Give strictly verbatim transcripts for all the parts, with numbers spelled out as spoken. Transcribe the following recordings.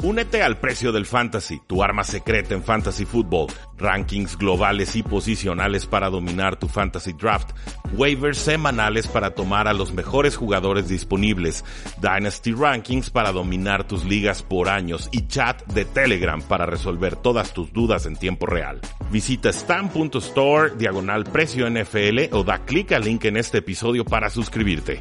Únete al Precio del Fantasy, tu arma secreta en Fantasy Football. Rankings globales y posicionales para dominar tu Fantasy Draft. Waivers semanales para tomar a los mejores jugadores disponibles. Dynasty Rankings para dominar tus ligas por años. Y chat de Telegram para resolver todas tus dudas en tiempo real. Visita stan punto store, diagonal precio N F L o da clic al link en este episodio para suscribirte.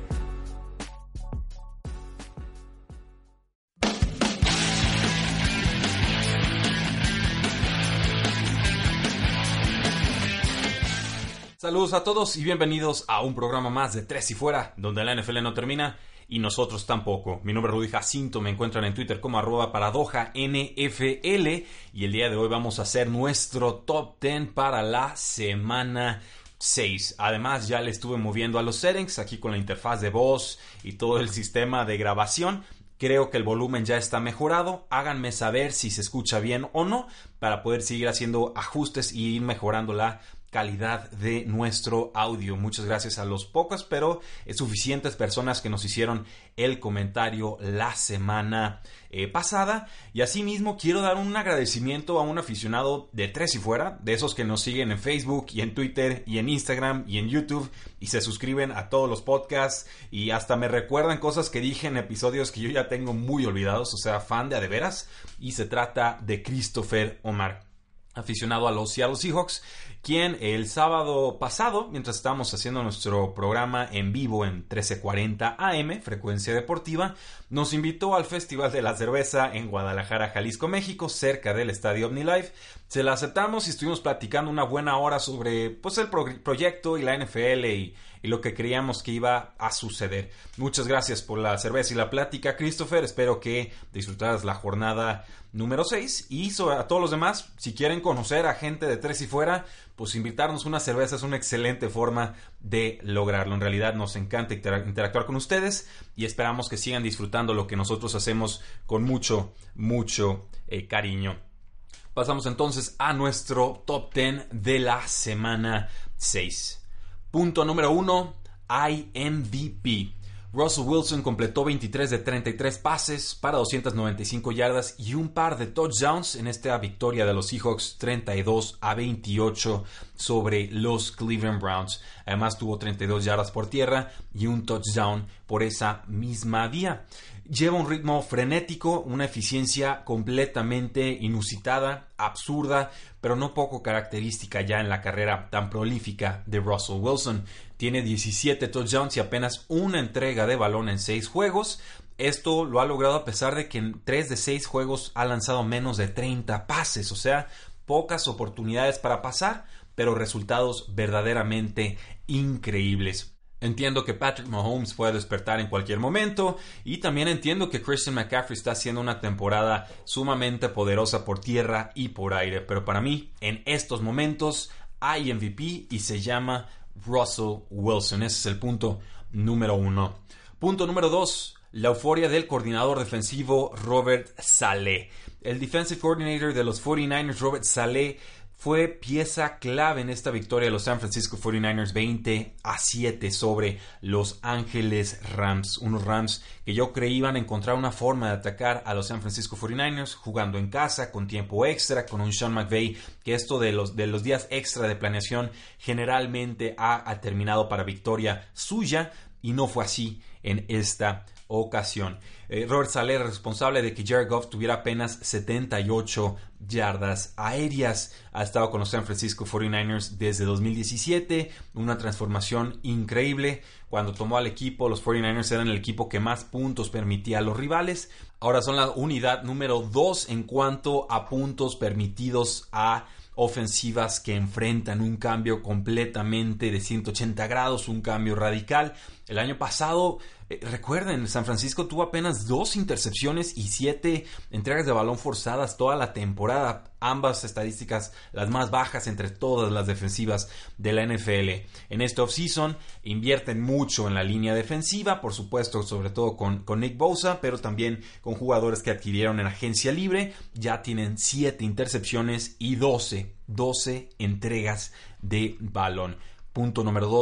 Saludos a todos y bienvenidos a un programa más de Tres y Fuera, donde la N F L no termina y nosotros tampoco. Mi nombre es Rudy Jacinto, me encuentran en Twitter como arroba paradoja N F L y el día de hoy vamos a hacer nuestro top diez para la semana seis. Además ya le estuve moviendo a los settings aquí con la interfaz de voz y todo el sistema de grabación. Creo que el volumen ya está mejorado. Háganme saber si se escucha bien o no para poder seguir haciendo ajustes y ir mejorando la calidad de nuestro audio. Muchas gracias a los pocos pero suficientes personas que nos hicieron el comentario la semana eh, pasada. Y asimismo quiero dar un agradecimiento a un aficionado de Tres y Fuera, de esos que nos siguen en Facebook y en Twitter y en Instagram y en YouTube y se suscriben a todos los podcasts y hasta me recuerdan cosas que dije en episodios que yo ya tengo muy olvidados, o sea, fan de a de veras. Y se trata de Christopher Omar, aficionado a los Seattle Seahawks, quien el sábado pasado, mientras estábamos haciendo nuestro programa en vivo en trece cuarenta A M, Frecuencia Deportiva, nos invitó al Festival de la Cerveza en Guadalajara, Jalisco, México, cerca del Estadio OmniLife. Se la aceptamos y estuvimos platicando una buena hora sobre pues, el pro- proyecto y la N F L y, y lo que creíamos que iba a suceder. Muchas gracias por la cerveza y la plática, Christopher. Espero que disfrutaras la jornada número seis y sobre a todos los demás, si quieren conocer a gente de Tres y Fuera, pues invitarnos una cerveza es una excelente forma de lograrlo. En realidad nos encanta interactuar con ustedes y esperamos que sigan disfrutando lo que nosotros hacemos con mucho, mucho eh, cariño. Pasamos entonces a nuestro top diez de la semana seis. Punto número uno, I M V P. Russell Wilson completó veintitrés de treinta y tres pases para doscientas noventa y cinco yardas y un par de touchdowns en esta victoria de los Seahawks treinta y dos a veintiocho sobre los Cleveland Browns. Además tuvo treinta y dos yardas por tierra y un touchdown por esa misma vía. Lleva un ritmo frenético, una eficiencia completamente inusitada, absurda, pero no poco característica ya en la carrera tan prolífica de Russell Wilson. Tiene diecisiete touchdowns y apenas una entrega de balón en seis juegos. Esto lo ha logrado a pesar de que en tres de seis juegos ha lanzado menos de treinta pases, o sea, pocas oportunidades para pasar, pero resultados verdaderamente increíbles. Entiendo que Patrick Mahomes puede despertar en cualquier momento y también entiendo que Christian McCaffrey está haciendo una temporada sumamente poderosa por tierra y por aire, pero para mí en estos momentos hay M V P y se llama Russell Wilson. Ese es el punto número uno. Punto número dos, la euforia del coordinador defensivo Robert Saleh. El defensive coordinator de los cuarenta y nueve ers, Robert Saleh, fue pieza clave en esta victoria de los San Francisco cuarenta y nueve ers veinte a siete sobre Los Ángeles Rams. Unos Rams que yo creí iban a encontrar una forma de atacar a los San Francisco cuarenta y nueve ers jugando en casa, con tiempo extra, con un Sean McVay, que esto de los, de los días extra de planeación generalmente ha, ha terminado para victoria suya y no fue así en esta ocasión. Eh, Robert Saleh, responsable de que Jared Goff tuviera apenas setenta y ocho yardas aéreas. Ha estado con los San Francisco cuarenta y nueve ers desde dos mil diecisiete, una transformación increíble. Cuando tomó al equipo, los cuarenta y nueve ers eran el equipo que más puntos permitía a los rivales. Ahora son la unidad número dos en cuanto a puntos permitidos a ofensivas que enfrentan un cambio completamente de ciento ochenta grados, un cambio radical. El año pasado, eh, recuerden, San Francisco tuvo apenas dos intercepciones y siete entregas de balón forzadas toda la temporada. Ambas estadísticas las más bajas entre todas las defensivas de la N F L. En este offseason invierten mucho en la línea defensiva, por supuesto, sobre todo con, con Nick Bosa, pero también con jugadores que adquirieron en agencia libre. Ya tienen siete intercepciones y doce, doce entregas de balón. Punto número dos,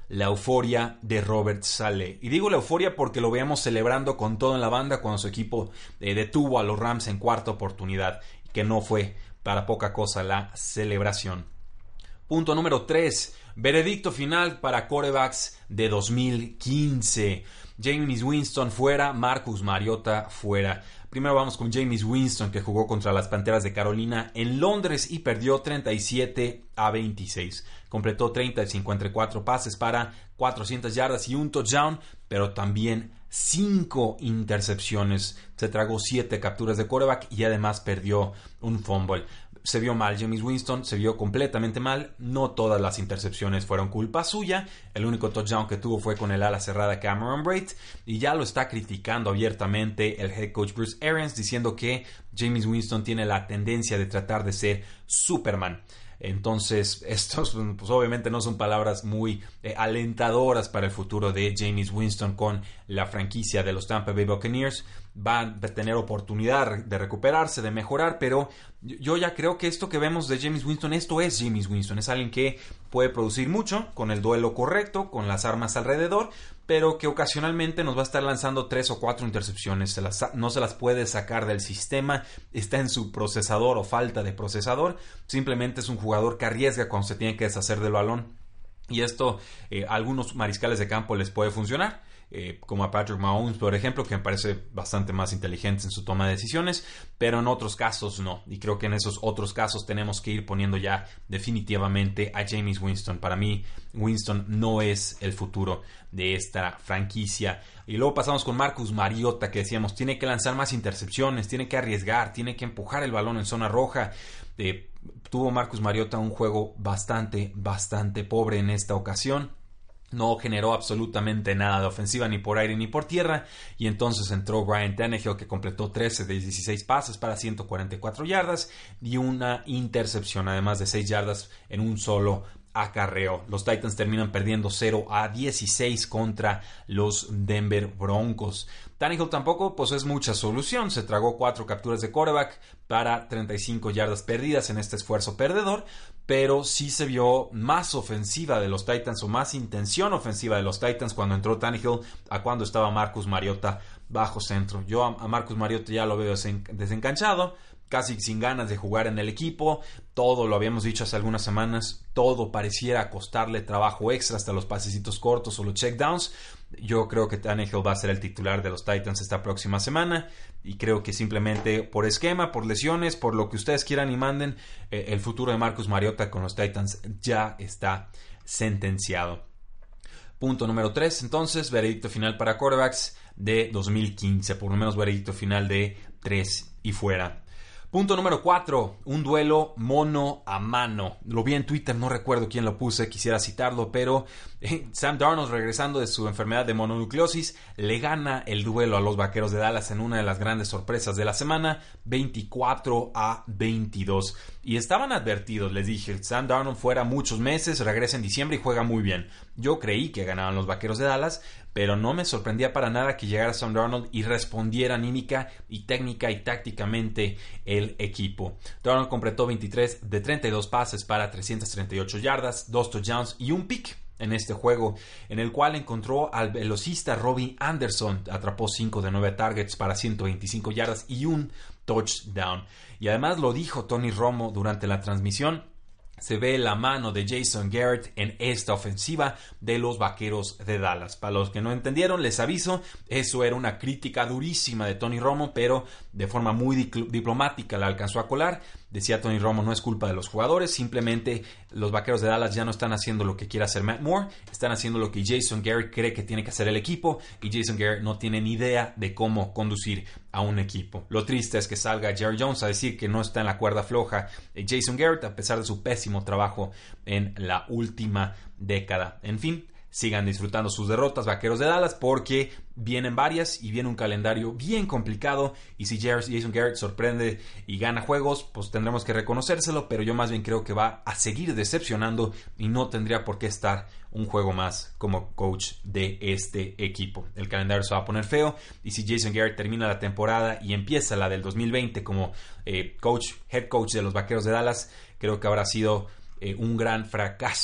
la euforia de Robert Saleh. Y digo la euforia porque lo veíamos celebrando con todo en la banda cuando su equipo eh, detuvo a los Rams en cuarta oportunidad, que no fue para poca cosa la celebración. Punto número tres. Veredicto final para quarterbacks de dos mil quince. Jameis Winston fuera, Marcus Mariota fuera. Primero vamos con Jameis Winston, que jugó contra las Panteras de Carolina en Londres y perdió treinta y siete a veintiséis. Completó treinta de cincuenta y cuatro pases para cuatrocientas yardas y un touchdown, pero también cinco intercepciones. Se tragó siete capturas de quarterback y además perdió un fumble. Se vio mal Jameis Winston, se vio completamente mal. No todas las intercepciones fueron culpa suya. El único touchdown que tuvo fue con el ala cerrada Cameron Brate, y ya lo está criticando abiertamente el head coach Bruce Arians, diciendo que Jameis Winston tiene la tendencia de tratar de ser Superman. Entonces, estos pues obviamente no son palabras muy eh, alentadoras para el futuro de Jameis Winston con la franquicia de los Tampa Bay Buccaneers. Va a tener oportunidad de recuperarse, de mejorar, pero yo ya creo que esto que vemos de Jameis Winston, esto es Jameis Winston. Es alguien que puede producir mucho con el duelo correcto, con las armas alrededor, pero que ocasionalmente nos va a estar lanzando tres o cuatro intercepciones. Se las, no se las puede sacar del sistema, está en su procesador o falta de procesador. Simplemente es un jugador que arriesga cuando se tiene que deshacer del balón. Y esto eh, a algunos mariscales de campo les puede funcionar. Eh, como a Patrick Mahomes, por ejemplo, que me parece bastante más inteligente en su toma de decisiones, pero en otros casos no, y creo que en esos otros casos tenemos que ir poniendo ya definitivamente a Jameis Winston. Para mí, Winston no es el futuro de esta franquicia. Y luego pasamos con Marcus Mariota, que decíamos, tiene que lanzar más intercepciones, tiene que arriesgar, tiene que empujar el balón en zona roja. Eh, tuvo Marcus Mariota un juego bastante, bastante pobre en esta ocasión. No generó absolutamente nada de ofensiva ni por aire ni por tierra, y entonces entró Ryan Tannehill, que completó trece de dieciséis pases para ciento cuarenta y cuatro yardas y una intercepción, además de seis yardas en un solo acarreo. Los Titans terminan perdiendo cero a dieciséis contra los Denver Broncos. Tannehill tampoco pues es mucha solución. Se tragó cuatro capturas de quarterback para treinta y cinco yardas perdidas en este esfuerzo perdedor, pero sí se vio más ofensiva de los Titans, o más intención ofensiva de los Titans cuando entró Tannehill a cuando estaba Marcus Mariota bajo centro. Yo a Marcus Mariota ya lo veo desencanchado, casi sin ganas de jugar en el equipo. Todo, lo habíamos dicho hace algunas semanas, todo pareciera costarle trabajo extra, hasta los pasecitos cortos o los checkdowns. Yo creo que Tannehill va a ser el titular de los Titans esta próxima semana, y creo que simplemente por esquema, por lesiones, por lo que ustedes quieran y manden, eh, el futuro de Marcus Mariota con los Titans ya está sentenciado. Punto número tres, entonces, veredicto final para quarterbacks de dos mil quince, por lo menos veredicto final de tres y fuera. Punto número cuatro, un duelo mono a mano. Lo vi en Twitter, no recuerdo quién lo puse, quisiera citarlo, pero eh, Sam Darnold, regresando de su enfermedad de mononucleosis, le gana el duelo a los Vaqueros de Dallas en una de las grandes sorpresas de la semana, veinticuatro a veintidós. Y estaban advertidos, les dije, Sam Darnold fuera muchos meses, regresa en diciembre y juega muy bien. Yo creí que ganaban los Vaqueros de Dallas, pero no me sorprendía para nada que llegara Sam Darnold y respondiera anímica y técnica y tácticamente el equipo. Darnold completó veintitrés de treinta y dos pases para trescientas treinta y ocho yardas, dos touchdowns y un pick en este juego, en el cual encontró al velocista Robbie Anderson. Atrapó cinco de nueve targets para ciento veinticinco yardas y un touchdown. Y además lo dijo Tony Romo durante la transmisión, se ve la mano de Jason Garrett en esta ofensiva de los Vaqueros de Dallas. Para los que no entendieron, les aviso, eso era una crítica durísima de Tony Romo, pero de forma muy diplomática la alcanzó a colar. Decía Tony Romo, no es culpa de los jugadores, simplemente los Vaqueros de Dallas ya no están haciendo lo que quiere hacer Matt Moore, están haciendo lo que Jason Garrett cree que tiene que hacer el equipo, y Jason Garrett no tiene ni idea de cómo conducir a un equipo. Lo triste es que salga Jerry Jones a decir que no está en la cuerda floja Jason Garrett, a pesar de su pésimo trabajo en la última década. En fin, sigan disfrutando sus derrotas, Vaqueros de Dallas, porque vienen varias y viene un calendario bien complicado, y si Jason Garrett sorprende y gana juegos, pues tendremos que reconocérselo, pero yo más bien creo que va a seguir decepcionando y no tendría por qué estar un juego más como coach de este equipo. El calendario se va a poner feo, y si Jason Garrett termina la temporada y empieza la del dos mil veinte como eh, coach, head coach de los Vaqueros de Dallas, creo que habrá sido eh, un gran fracaso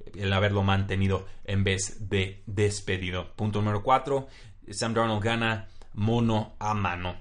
el haberlo mantenido en vez de despedido. Punto número cuatro, Sam Darnold gana mono a mano.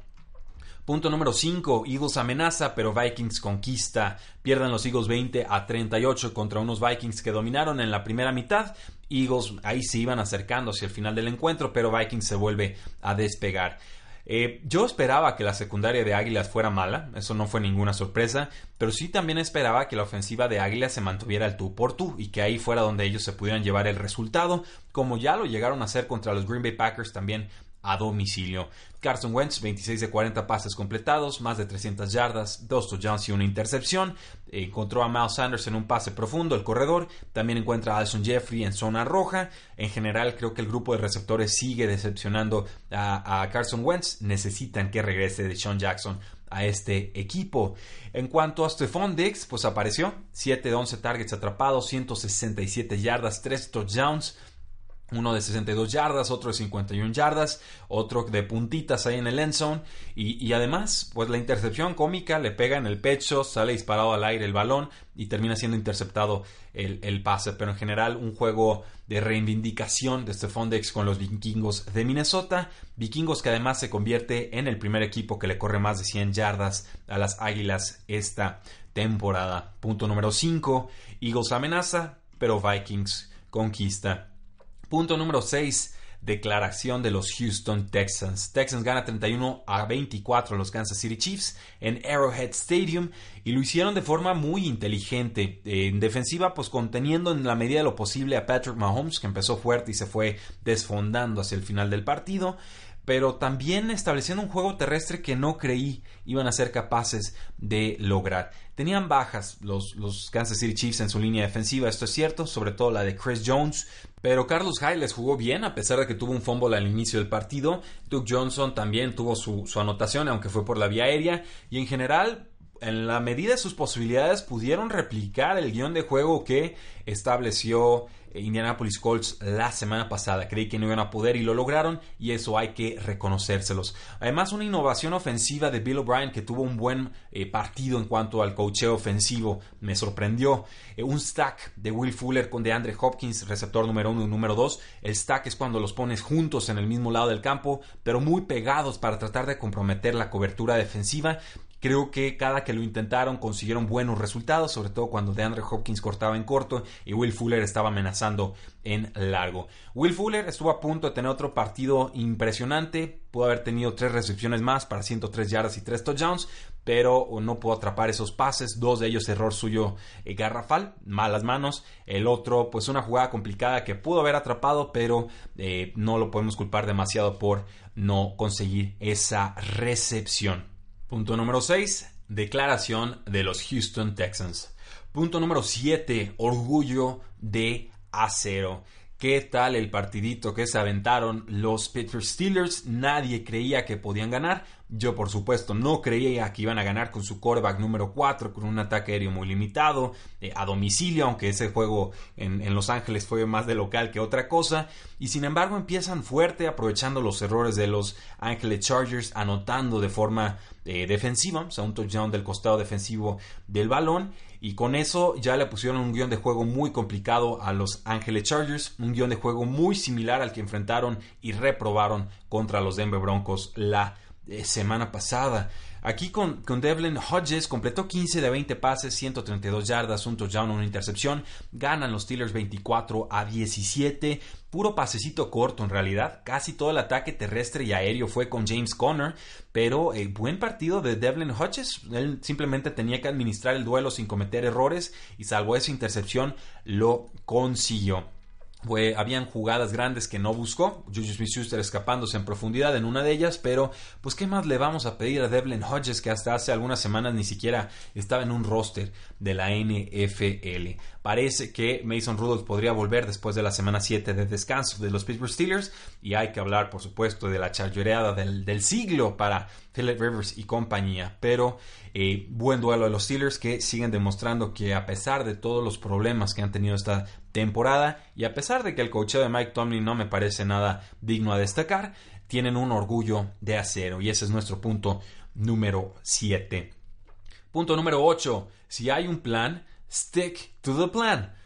Punto número cinco, Eagles amenaza, pero Vikings conquista. Pierden los Eagles veinte a treinta y ocho contra unos Vikings que dominaron en la primera mitad. Eagles ahí se iban acercando hacia el final del encuentro, pero Vikings se vuelve a despegar. Eh, yo esperaba que la secundaria de Águilas fuera mala, eso no fue ninguna sorpresa, pero sí también esperaba que la ofensiva de Águilas se mantuviera al tú por tú y que ahí fuera donde ellos se pudieran llevar el resultado, como ya lo llegaron a hacer contra los Green Bay Packers también a domicilio. Carson Wentz, veintiséis de cuarenta pases completados, más de trescientas yardas, dos touchdowns y una intercepción. Eh, encontró a Miles Sanders en un pase profundo, el corredor. También encuentra a Alshon Jeffrey en zona roja. En general, creo que el grupo de receptores sigue decepcionando a, a Carson Wentz. Necesitan que regrese DeSean Jackson a este equipo. En cuanto a Stephon Diggs, pues apareció. siete de once targets atrapados, ciento sesenta y siete yardas, tres touchdowns. Uno de sesenta y dos yardas, otro de cincuenta y una yardas, otro de puntitas ahí en el end zone. Y, y además, pues la intercepción cómica le pega en el pecho, sale disparado al aire el balón y termina siendo interceptado el, el pase. Pero en general, un juego de reivindicación de Stephon Diggs con los vikingos de Minnesota. Vikingos que además se convierte en el primer equipo que le corre más de cien yardas a las Águilas esta temporada. Punto número cinco. Eagles amenaza, pero Vikings conquista. Punto número seis. Declaración de los Houston Texans. Texans gana treinta y uno a veinticuatro a los Kansas City Chiefs en Arrowhead Stadium y lo hicieron de forma muy inteligente. En defensiva, pues conteniendo en la medida de lo posible a Patrick Mahomes, que empezó fuerte y se fue desfondando hacia el final del partido, pero también estableciendo un juego terrestre que no creí iban a ser capaces de lograr. Tenían bajas los, los Kansas City Chiefs en su línea defensiva, esto es cierto, sobre todo la de Chris Jones, pero Carlos Hyde les jugó bien a pesar de que tuvo un fumble al inicio del partido. Duke Johnson también tuvo su, su anotación, aunque fue por la vía aérea, y en general, en la medida de sus posibilidades, pudieron replicar el guión de juego que estableció Indianapolis Colts la semana pasada. Creí que no iban a poder y lo lograron, y eso hay que reconocérselos. Además, una innovación ofensiva de Bill O'Brien, que tuvo un buen eh, partido en cuanto al coacheo ofensivo, me sorprendió. Eh, un stack de Will Fuller con DeAndre Hopkins, receptor número uno y número dos. El stack es cuando los pones juntos en el mismo lado del campo, pero muy pegados para tratar de comprometer la cobertura defensiva. Creo que cada que lo intentaron consiguieron buenos resultados, sobre todo cuando DeAndre Hopkins cortaba en corto y Will Fuller estaba amenazando en largo. Will Fuller estuvo a punto de tener otro partido impresionante, pudo haber tenido tres recepciones más para ciento tres yardas y tres touchdowns, pero no pudo atrapar esos pases, dos de ellos error suyo eh, garrafal, malas manos. El otro, pues una jugada complicada que pudo haber atrapado, pero eh, no lo podemos culpar demasiado por no conseguir esa recepción. Punto número seis. Declaración de los Houston Texans. Punto número siete. Orgullo de acero. ¿Qué tal el partidito que se aventaron los Pittsburgh Steelers? Nadie creía que podían ganar. Yo, por supuesto, no creía que iban a ganar con su quarterback número cuatro, con un ataque aéreo muy limitado, eh, a domicilio, aunque ese juego en, en Los Ángeles fue más de local que otra cosa. Y sin embargo empiezan fuerte, aprovechando los errores de los Ángeles Chargers, anotando de forma eh, defensiva, o sea, un touchdown del costado defensivo del balón. Y con eso ya le pusieron un guión de juego muy complicado a los Ángeles Chargers, un guión de juego muy similar al que enfrentaron y reprobaron contra los Denver Broncos la eh, semana pasada. Aquí con, con Devlin Hodges completó quince de veinte pases, ciento treinta y dos yardas, un touchdown, una intercepción. Ganan los Steelers veinticuatro a diecisiete. Puro pasecito corto en realidad. Casi todo el ataque terrestre y aéreo fue con James Conner. Pero eh, buen partido de Devlin Hodges. Él simplemente tenía que administrar el duelo sin cometer errores. Y salvo esa intercepción, lo consiguió. Fue, habían jugadas grandes que no buscó, Juju Smith-Schuster escapándose en profundidad en una de ellas, pero pues qué más le vamos a pedir a Devlin Hodges, que hasta hace algunas semanas ni siquiera estaba en un roster de la N F L. Parece que Mason Rudolph podría volver después de la semana siete de descanso de los Pittsburgh Steelers, y hay que hablar por supuesto de la chargereada del, del siglo para Philip Rivers y compañía, pero eh, buen duelo de los Steelers, que siguen demostrando que a pesar de todos los problemas que han tenido esta temporada y a pesar de que el coacheo de Mike Tomlin no me parece nada digno a destacar, tienen un orgullo de acero, y ese es nuestro punto número siete. Punto número ocho. Si hay un plan, stick to the plan.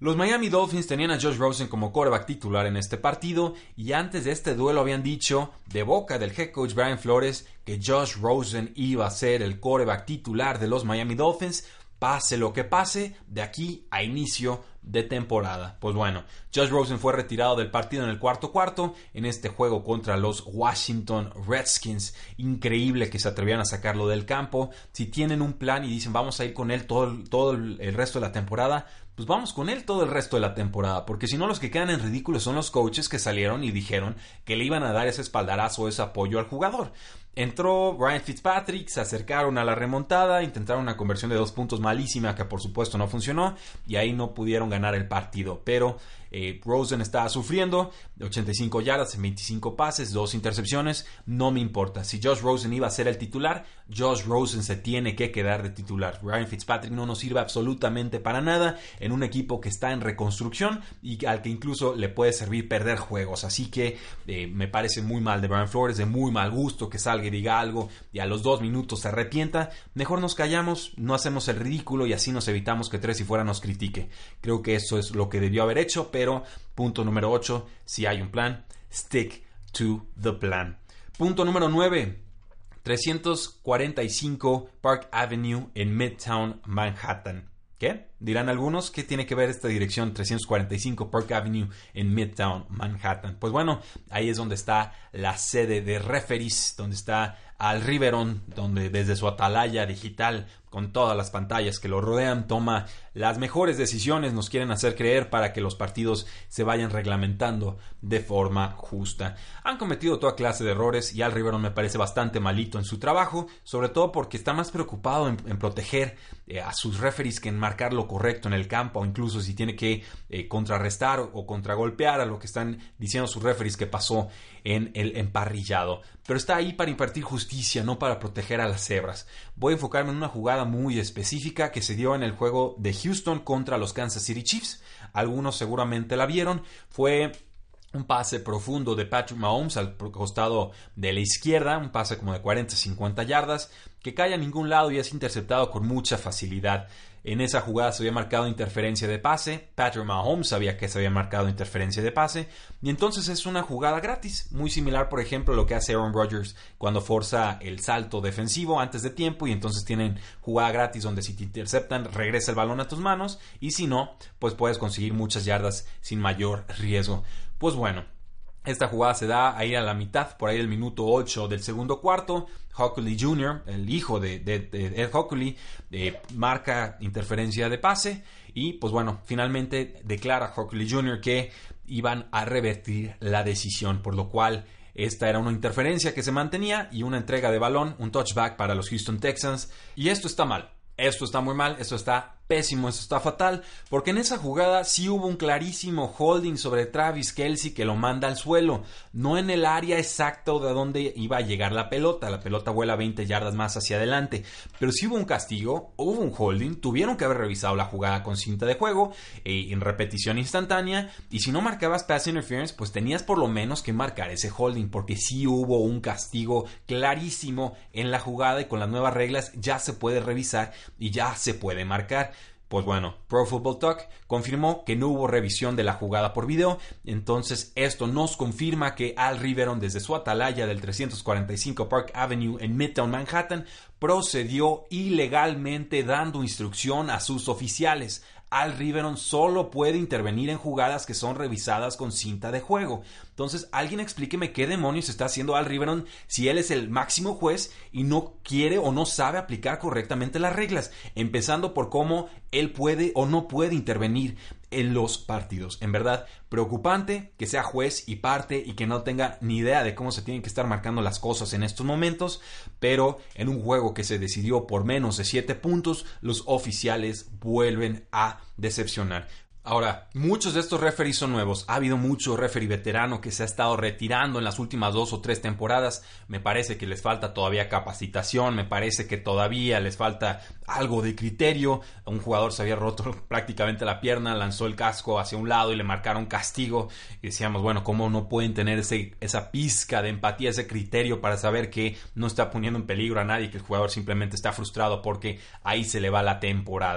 Los Miami Dolphins tenían a Josh Rosen como quarterback titular en este partido y antes de este duelo habían dicho de boca del head coach Brian Flores que Josh Rosen iba a ser el quarterback titular de los Miami Dolphins, pase lo que pase, de aquí a inicio de temporada. Pues bueno, Josh Rosen fue retirado del partido en el cuarto cuarto en este juego contra los Washington Redskins. Increíble que se atrevieran a sacarlo del campo. Si tienen un plan y dicen vamos a ir con él todo, todo el resto de la temporada, pues vamos con él todo el resto de la temporada, porque si no los que quedan en ridículo son los coaches que salieron y dijeron que le iban a dar ese espaldarazo, ese apoyo al jugador. Entró Ryan Fitzpatrick, se acercaron a la remontada, intentaron una conversión de dos puntos malísima que por supuesto no funcionó y ahí no pudieron ganar el partido, pero eh, Rosen estaba sufriendo, ochenta y cinco yardas en veinticinco pases, dos intercepciones, no me importa. Si Josh Rosen iba a ser el titular, Josh Rosen se tiene que quedar de titular. Ryan Fitzpatrick no nos sirve absolutamente para nada en un equipo que está en reconstrucción y al que incluso le puede servir perder juegos, así que eh, me parece muy mal de Brian Flores, de muy mal gusto que salga y diga algo y a los dos minutos se arrepienta. Mejor nos callamos, no hacemos el ridículo y así nos evitamos que Tres y Fuera nos critique. Creo que eso es lo que debió haber hecho, pero punto número ocho, si hay un plan, stick to the plan. Punto número nueve, trescientos cuarenta y cinco Park Avenue en Midtown Manhattan. ¿Qué? Dirán algunos, ¿qué tiene que ver esta dirección trescientos cuarenta y cinco Park Avenue en Midtown Manhattan? Pues bueno, ahí es donde está la sede de referees, donde está Al Riveron, donde desde su atalaya digital, con todas las pantallas que lo rodean, toma las mejores decisiones, nos quieren hacer creer para que los partidos se vayan reglamentando de forma justa. Han cometido toda clase de errores y Al Riveron me parece bastante malito en su trabajo, sobre todo porque está más preocupado en, en proteger eh, a sus referees que en marcar lo correcto en el campo, o incluso si tiene que eh, contrarrestar o, o contragolpear a lo que están diciendo sus referees que pasó en el emparrillado. Pero está ahí para impartir justicia, no para proteger a las cebras. Voy a enfocarme en una jugada muy específica que se dio en el juego de Houston contra los Kansas City Chiefs. Algunos seguramente la vieron. Fue un pase profundo de Patrick Mahomes al costado de la izquierda, un pase como de cuarenta a cincuenta yardas, que cae a ningún lado y es interceptado con mucha facilidad. En esa jugada se había marcado interferencia de pase, Patrick Mahomes sabía que se había marcado interferencia de pase, y entonces es una jugada gratis, muy similar por ejemplo a lo que hace Aaron Rodgers cuando forza el salto defensivo antes de tiempo, y entonces tienen jugada gratis donde si te interceptan regresa el balón a tus manos, y si no, pues puedes conseguir muchas yardas sin mayor riesgo. Pues bueno, esta jugada se da ahí a la mitad, por ahí del minuto ocho del segundo cuarto. Hockley junior, el hijo de, de, de Ed Hockley, eh, marca interferencia de pase y pues bueno, finalmente declara Hockley junior que iban a revertir la decisión, por lo cual esta era una interferencia que se mantenía y una entrega de balón, un touchback para los Houston Texans, y esto está mal. Esto está muy mal, esto está pésimo, esto está fatal, porque en esa jugada sí hubo un clarísimo holding sobre Travis Kelce que lo manda al suelo, no en el área exacta de donde iba a llegar la pelota, la pelota vuela veinte yardas más hacia adelante, pero sí hubo un castigo, hubo un holding, tuvieron que haber revisado la jugada con cinta de juego, eh, en repetición instantánea, y si no marcabas pass interference, pues tenías por lo menos que marcar ese holding, porque sí hubo un castigo clarísimo en la jugada y con las nuevas reglas ya se puede revisar y ya se puede marcar. Pues bueno, Pro Football Talk confirmó que no hubo revisión de la jugada por video, entonces esto nos confirma que Al Riveron desde su atalaya del trescientos cuarenta y cinco Park Avenue en Midtown Manhattan procedió ilegalmente dando instrucción a sus oficiales. Al Riveron solo puede intervenir en jugadas que son revisadas con cinta de juego. Entonces, alguien explíqueme qué demonios está haciendo Al Riveron si él es el máximo juez y no quiere o no sabe aplicar correctamente las reglas, empezando por cómo él puede o no puede intervenir en los partidos. En verdad, preocupante que sea juez y parte y que no tenga ni idea de cómo se tienen que estar marcando las cosas en estos momentos, pero en un juego que se decidió por menos de siete puntos, los oficiales vuelven a decepcionar. Ahora, muchos de estos referees son nuevos. Ha habido mucho referee veterano que se ha estado retirando en las últimas dos o tres temporadas. Me parece que les falta todavía capacitación, me parece que todavía les falta algo de criterio. Un jugador se había roto prácticamente la pierna, lanzó el casco hacia un lado y le marcaron castigo. Y decíamos, bueno, ¿cómo no pueden tener ese, esa pizca de empatía, ese criterio para saber que no está poniendo en peligro a nadie, que el jugador simplemente está frustrado porque ahí se le va la temporada?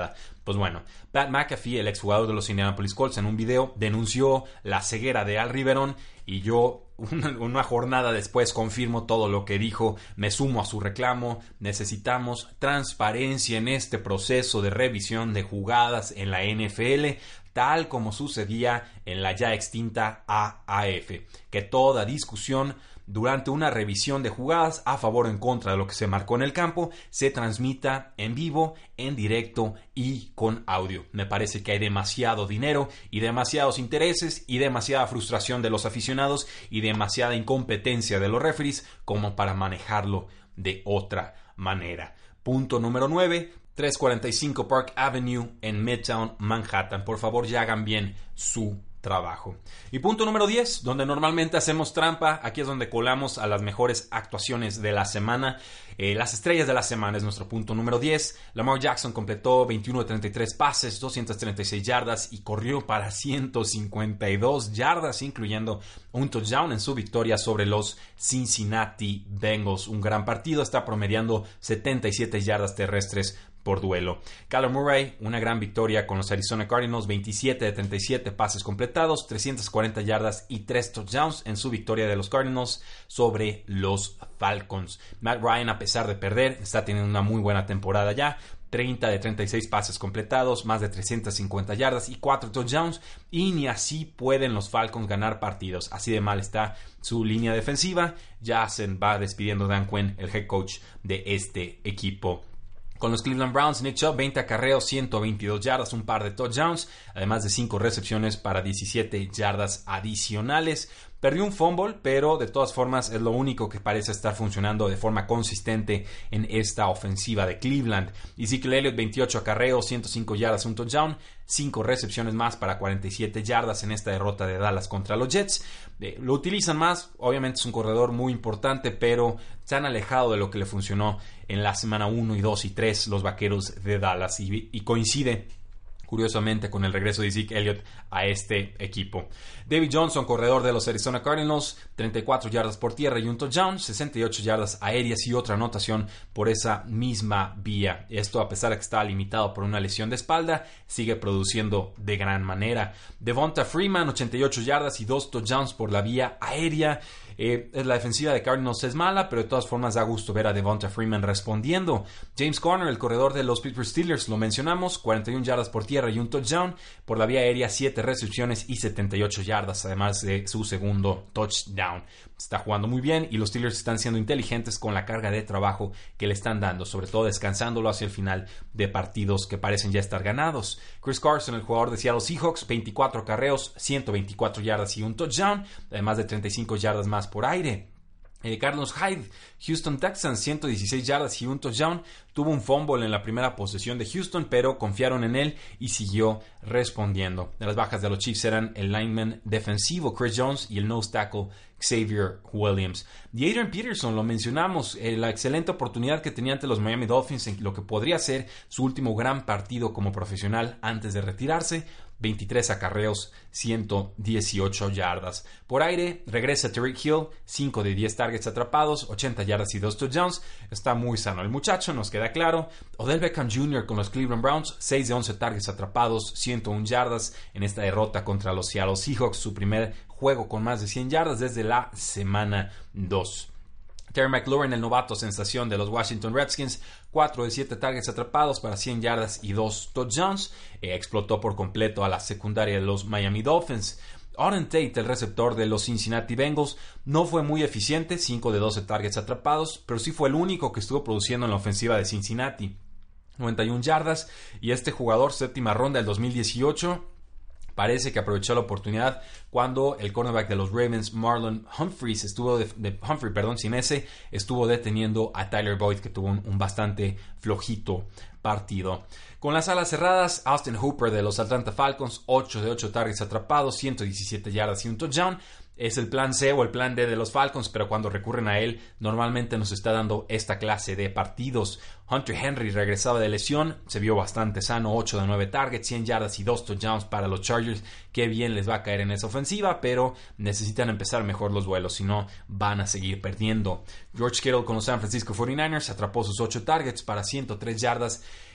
Pues bueno, Pat McAfee, el exjugador de los Indianapolis Colts, en un video denunció la ceguera de Al Riveron y yo una, una jornada después confirmo todo lo que dijo, me sumo a su reclamo. Necesitamos transparencia en este proceso de revisión de jugadas en la N F L, tal como sucedía en la ya extinta A A F, que toda discusión durante una revisión de jugadas a favor o en contra de lo que se marcó en el campo se transmita en vivo, en directo y con audio. Me parece que hay demasiado dinero y demasiados intereses y demasiada frustración de los aficionados y demasiada incompetencia de los referees como para manejarlo de otra manera. Punto número nueve. trescientos cuarenta y cinco Park Avenue en Midtown Manhattan. Por favor, ya hagan bien su trabajo. Y punto número diez, donde normalmente hacemos trampa, aquí es donde colamos a las mejores actuaciones de la semana. Eh, las estrellas de la semana es nuestro punto número diez. Lamar Jackson completó veintiuno de treinta y tres pases, doscientas treinta y seis yardas y corrió para ciento cincuenta y dos yardas, incluyendo un touchdown en su victoria sobre los Cincinnati Bengals. Un gran partido, está promediando setenta y siete yardas terrestres por duelo. Kyler Murray, una gran victoria con los Arizona Cardinals, veintisiete de treinta y siete pases completados, trescientas cuarenta yardas y tres touchdowns en su victoria de los Cardinals sobre los Falcons. Matt Ryan, a pesar de perder, está teniendo una muy buena temporada ya. treinta de treinta y seis pases completados, más de trescientas cincuenta yardas y cuatro touchdowns, y ni así pueden los Falcons ganar partidos. Así de mal está su línea defensiva. Ya se va despidiendo Dan Quinn, el head coach de este equipo. Con los Cleveland Browns, Nick Chubb, veinte acarreos, ciento veintidós yardas, un par de touchdowns, además de cinco recepciones para diecisiete yardas adicionales. Perdió un fumble, pero de todas formas es lo único que parece estar funcionando de forma consistente en esta ofensiva de Cleveland. Ezekiel Elliott, veintiocho acarreos, ciento cinco yardas, un touchdown, cinco recepciones más para cuarenta y siete yardas en esta derrota de Dallas contra los Jets. Eh, lo utilizan más, obviamente es un corredor muy importante, pero se han alejado de lo que le funcionó en la semana uno y dos y tres los Vaqueros de Dallas, y, y coincide curiosamente con el regreso de Zeke Elliott a este equipo. David Johnson, corredor de los Arizona Cardinals, treinta y cuatro yardas por tierra y un touchdown, sesenta y ocho yardas aéreas y otra anotación por esa misma vía. Esto a pesar de que está limitado por una lesión de espalda, sigue produciendo de gran manera. Devonta Freeman, ochenta y ocho yardas y dos touchdowns por la vía aérea. Eh, la defensiva de Cardinals es mala, pero de todas formas da gusto ver a Devonta Freeman respondiendo. James Conner, el corredor de los Pittsburgh Steelers, lo mencionamos, cuarenta y una yardas por tierra y un touchdown. Por la vía aérea, siete recepciones y setenta y ocho yardas, además de su segundo touchdown. Está jugando muy bien y los Steelers están siendo inteligentes con la carga de trabajo que le están dando, sobre todo descansándolo hacia el final de partidos que parecen ya estar ganados. Chris Carson, el jugador de Seattle Seahawks, veinticuatro acarreos, ciento veinticuatro yardas y un touchdown, además de treinta y cinco yardas más por aire. Eh, Carlos Hyde, Houston Texans, ciento dieciséis yardas y un touchdown. Tuvo un fumble en la primera posesión de Houston, pero confiaron en él y siguió respondiendo. De las bajas de los Chiefs eran el lineman defensivo Chris Jones y el nose tackle Xavier Williams. Y Adrian Peterson, lo mencionamos, eh, la excelente oportunidad que tenía ante los Miami Dolphins en lo que podría ser su último gran partido como profesional antes de retirarse. veintitrés acarreos, ciento dieciocho yardas. Por aire, regresa Tyreek Hill, cinco de diez targets atrapados, ochenta yardas y dos touchdowns. Está muy sano el muchacho, nos queda claro. Odell Beckham junior con los Cleveland Browns, seis de once targets atrapados, ciento una yardas en esta derrota contra los Seattle Seahawks, su primer juego con más de cien yardas desde la semana dos. Terry McLaurin, el novato sensación de los Washington Redskins, cuatro de siete targets atrapados para cien yardas y dos touchdowns. Eh, explotó por completo a la secundaria de los Miami Dolphins. Auden Tate, el receptor de los Cincinnati Bengals, no fue muy eficiente, cinco de doce targets atrapados, pero sí fue el único que estuvo produciendo en la ofensiva de Cincinnati. noventa y una yardas, y este jugador, séptima ronda del dos mil dieciocho, parece que aprovechó la oportunidad cuando el cornerback de los Ravens, Marlon Humphreys, estuvo de, de Humphrey, perdón, sin ese, estuvo deteniendo a Tyler Boyd, que tuvo un, un bastante flojito partido. Con las alas cerradas, Austin Hooper de los Atlanta Falcons, ocho de ocho targets atrapados, ciento diecisiete yardas y un touchdown. Es el plan C o el plan D de los Falcons, pero cuando recurren a él, normalmente nos está dando esta clase de partidos. Hunter Henry regresaba de lesión, se vio bastante sano, ocho de nueve targets, cien yardas y dos touchdowns para los Chargers. Qué bien les va a caer en esa ofensiva, pero necesitan empezar mejor los duelos, si no van a seguir perdiendo. George Kittle con los San Francisco cuarenta y nueve ers atrapó sus ocho targets para ciento tres yardas.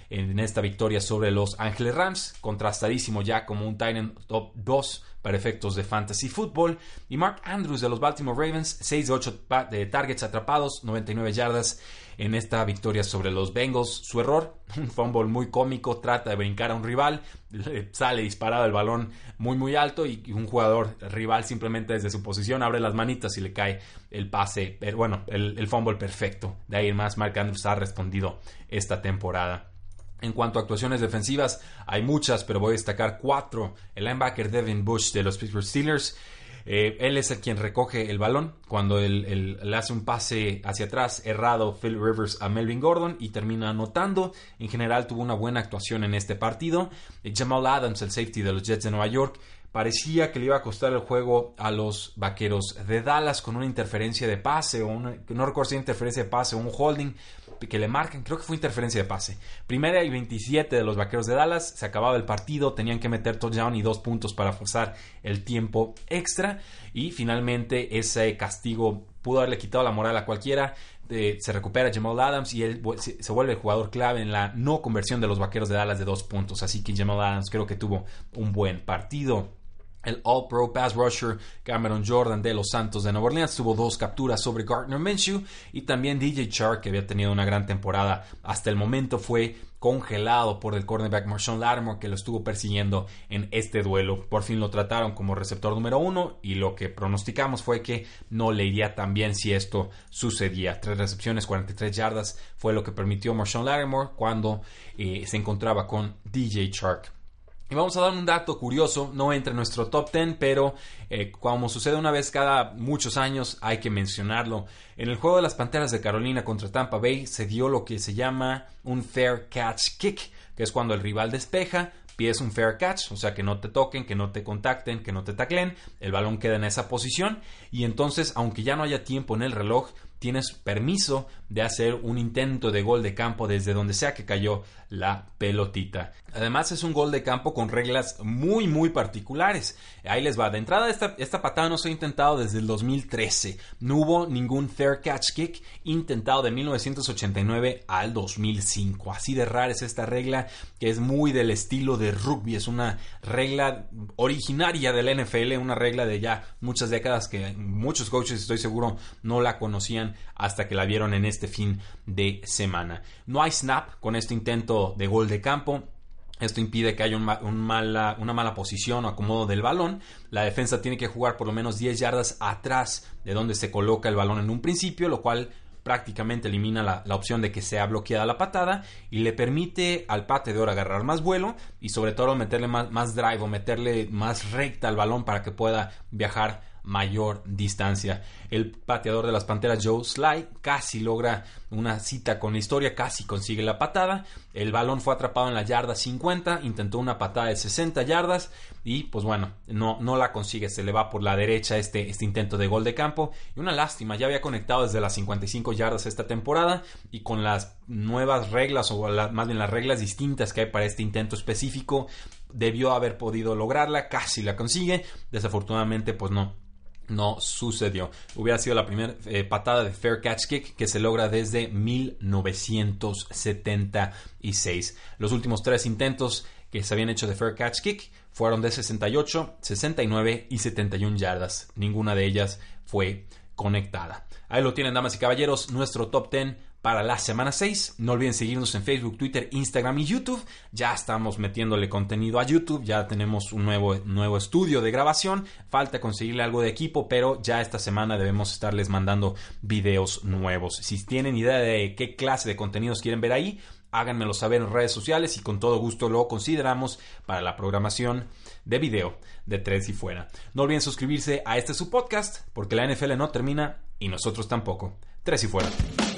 en esta victoria sobre los Ángeles Rams, contrastadísimo ya como un tight end top dos para efectos de fantasy fútbol. Y Mark Andrews de los Baltimore Ravens, seis de ocho de targets atrapados, noventa y nueve yardas en esta victoria sobre los Bengals. Su error, un fumble muy cómico, trata de brincar a un rival, sale disparado el balón muy muy alto y un jugador rival simplemente desde su posición abre las manitas y le cae el pase, bueno, el, el fumble perfecto. De ahí en más, Mark Andrews ha respondido esta temporada. En cuanto a actuaciones defensivas, hay muchas, pero voy a destacar cuatro. El linebacker Devin Bush de los Pittsburgh Steelers, eh, él es el quien recoge el balón cuando él, él, le hace un pase hacia atrás errado Phil Rivers a Melvin Gordon y termina anotando. En general tuvo una buena actuación en este partido. Jamal Adams, el safety de los Jets de Nueva York, parecía que le iba a costar el juego a los Vaqueros de Dallas con una interferencia de pase, o una, no recuerdo si era interferencia de pase o un holding que le marcan, creo que fue interferencia de pase. Primera y veintisiete de los Vaqueros de Dallas, se acababa el partido, tenían que meter touchdown y dos puntos para forzar el tiempo extra, y finalmente ese castigo pudo haberle quitado la moral a cualquiera. Eh, se recupera Jamal Adams y él se vuelve el jugador clave en la no conversión de los Vaqueros de Dallas de dos puntos, así que Jamal Adams creo que tuvo un buen partido. El All-Pro Pass Rusher Cameron Jordan de los Santos de Nueva Orleans tuvo dos capturas sobre Gardner Minshew, y también D J Chark, que había tenido una gran temporada hasta el momento, fue congelado por el cornerback Marshawn Lattimore, que lo estuvo persiguiendo en este duelo. Por fin lo trataron como receptor número uno, y lo que pronosticamos fue que no le iría tan bien si esto sucedía. Tres recepciones, cuarenta y tres yardas fue lo que permitió Marshawn Lattimore cuando eh, se encontraba con D J Chark. Y vamos a dar un dato curioso, no entra en nuestro top diez, pero eh, como sucede una vez cada muchos años, hay que mencionarlo. En el juego de las Panteras de Carolina contra Tampa Bay se dio lo que se llama un fair catch kick, que es cuando el rival despeja, pides un fair catch, o sea que no te toquen, que no te contacten, que no te tacleen, el balón queda en esa posición, y entonces, aunque ya no haya tiempo en el reloj, tienes permiso de hacer un intento de gol de campo desde donde sea que cayó la pelotita. Además, es un gol de campo con reglas muy muy particulares. Ahí les va. De entrada, esta, esta patada no se ha intentado desde el dos mil trece. No hubo ningún fair catch kick intentado de mil novecientos ochenta y nueve al dos mil cinco. Así de rara es esta regla, que es muy del estilo de rugby. Es una regla originaria de la N F L, una regla de ya muchas décadas que muchos coaches, estoy seguro, no la conocían hasta que la vieron en este fin de semana. No hay snap con este intento de gol de campo. Esto impide que haya un, un mala, una mala posición o acomodo del balón. La defensa tiene que jugar por lo menos diez yardas atrás de donde se coloca el balón en un principio, lo cual prácticamente elimina la, la opción de que sea bloqueada la patada y le permite al pateador agarrar más vuelo y sobre todo meterle más, más drive o meterle más recta al balón para que pueda viajar mayor distancia. El pateador de las Panteras, Joe Sly, casi logra una cita con la historia, casi consigue la patada. El balón fue atrapado en la yarda cincuenta, intentó una patada de sesenta yardas y pues bueno, no, no la consigue, se le va por la derecha este, este intento de gol de campo, y una lástima, ya había conectado desde las cincuenta y cinco yardas esta temporada, y con las nuevas reglas o la, más bien las reglas distintas que hay para este intento específico, debió haber podido lograrla, casi la consigue, desafortunadamente pues no No sucedió. Hubiera sido la primera eh, patada de fair catch kick que se logra desde mil novecientos setenta y seis. Los últimos tres intentos que se habían hecho de fair catch kick fueron de sesenta y ocho, sesenta y nueve y setenta y una yardas. Ninguna de ellas fue conectada. Ahí lo tienen, damas y caballeros, nuestro top diez para la semana seis. No olviden seguirnos en Facebook, Twitter, Instagram y YouTube. Ya estamos metiéndole contenido a YouTube. Ya tenemos un nuevo, nuevo estudio de grabación. Falta conseguirle algo de equipo, pero ya esta semana debemos estarles mandando videos nuevos. Si tienen idea de qué clase de contenidos quieren ver ahí, háganmelo saber en redes sociales y con todo gusto lo consideramos para la programación de video de Tres y Fuera. No olviden suscribirse a este su podcast, porque la N F L no termina y nosotros tampoco. Tres y Fuera.